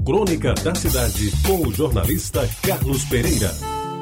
Crônica da Cidade, com o jornalista Carlos Pereira.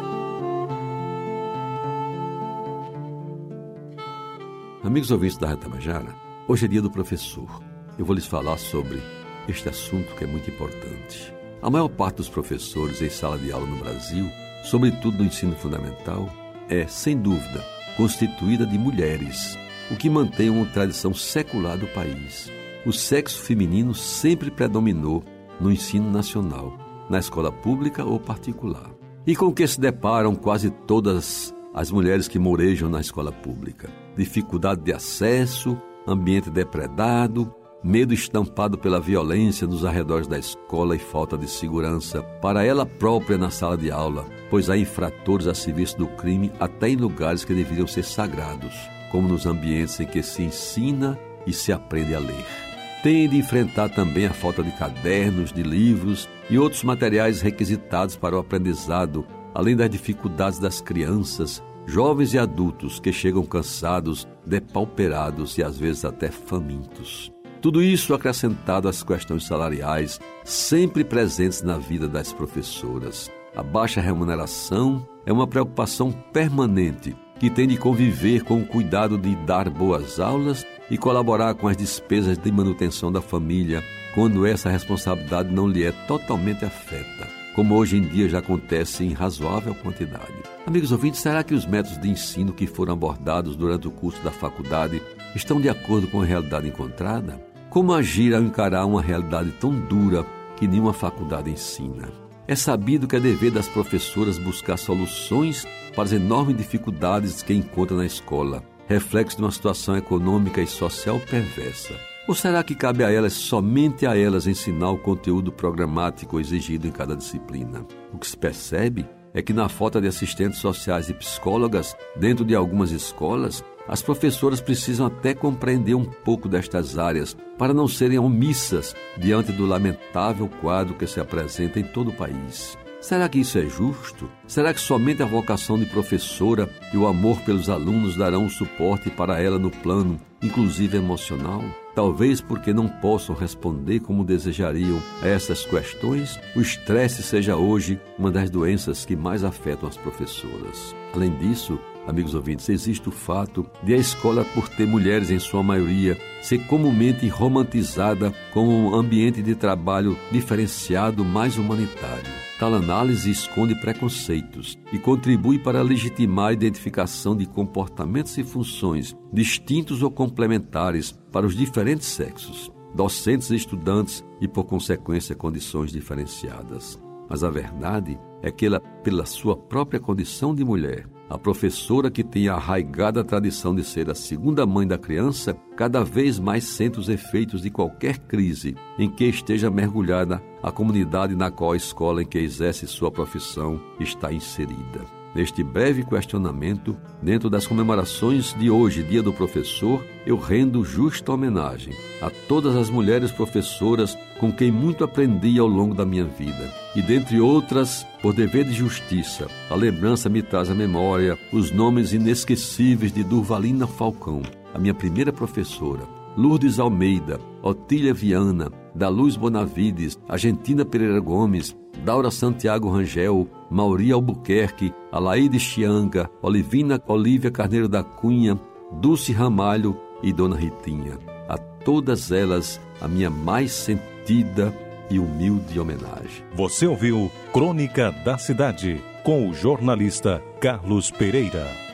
Amigos ouvintes da Rádio Tabajara, hoje é dia do professor. Eu vou lhes falar sobre este assunto que é muito importante. A maior parte dos professores em sala de aula no Brasil, sobretudo no ensino fundamental, é, sem dúvida, constituída de mulheres, o que mantém uma tradição secular do país. O sexo feminino sempre predominou no ensino nacional, na escola pública ou particular. E com o que se deparam quase todas as mulheres que morejam na escola pública? Dificuldade de acesso, ambiente depredado, medo estampado pela violência nos arredores da escola e falta de segurança para ela própria na sala de aula, pois há infratores a serviço do crime até em lugares que deveriam ser sagrados, como nos ambientes em que se ensina e se aprende a ler. Tem de enfrentar também a falta de cadernos, de livros e outros materiais requisitados para o aprendizado, além das dificuldades das crianças, jovens e adultos que chegam cansados, depauperados e às vezes até famintos. Tudo isso acrescentado às questões salariais, sempre presentes na vida das professoras. A baixa remuneração é uma preocupação permanente que tem de conviver com o cuidado de dar boas aulas e colaborar com as despesas de manutenção da família, quando essa responsabilidade não lhe é totalmente afeta, como hoje em dia já acontece em razoável quantidade. Amigos ouvintes, será que os métodos de ensino que foram abordados durante o curso da faculdade estão de acordo com a realidade encontrada? Como agir ao encarar uma realidade tão dura que nenhuma faculdade ensina? É sabido que é dever das professoras buscar soluções para as enormes dificuldades que encontram na escola, reflexo de uma situação econômica e social perversa. Ou será que cabe a elas, somente a elas, ensinar o conteúdo programático exigido em cada disciplina? O que se percebe é que, na falta de assistentes sociais e psicólogas dentro de algumas escolas, as professoras precisam até compreender um pouco destas áreas para não serem omissas diante do lamentável quadro que se apresenta em todo o país. Será que isso é justo? Será que somente a vocação de professora e o amor pelos alunos darão o suporte para ela no plano, inclusive emocional? Talvez porque não possam responder como desejariam a essas questões, o estresse seja hoje uma das doenças que mais afetam as professoras. Além disso, amigos ouvintes, existe o fato de a escola, por ter mulheres em sua maioria, ser comumente romantizada como um ambiente de trabalho diferenciado mais humanitário. Tal análise esconde preconceitos e contribui para legitimar a identificação de comportamentos e funções distintos ou complementares para os diferentes sexos, docentes e estudantes e, por consequência, condições diferenciadas. Mas a verdade é que ela, pela sua própria condição de mulher, a professora que tem a arraigada tradição de ser a segunda mãe da criança, cada vez mais sente os efeitos de qualquer crise em que esteja mergulhada a comunidade na qual a escola em que exerce sua profissão está inserida. Neste breve questionamento, dentro das comemorações de hoje, Dia do Professor, eu rendo justa homenagem a todas as mulheres professoras com quem muito aprendi ao longo da minha vida. E, dentre outras, por dever de justiça, a lembrança me traz à memória os nomes inesquecíveis de Durvalina Falcão, a minha primeira professora, Lourdes Almeida, Otília Viana, da Luz Bonavides, Argentina Pereira Gomes, Daura Santiago Rangel, Mauri Albuquerque, Alaide Chianga, Olívia Carneiro da Cunha, Dulce Ramalho e Dona Ritinha. A todas elas, a minha mais sentida e humilde homenagem. Você ouviu Crônica da Cidade, com o jornalista Carlos Pereira.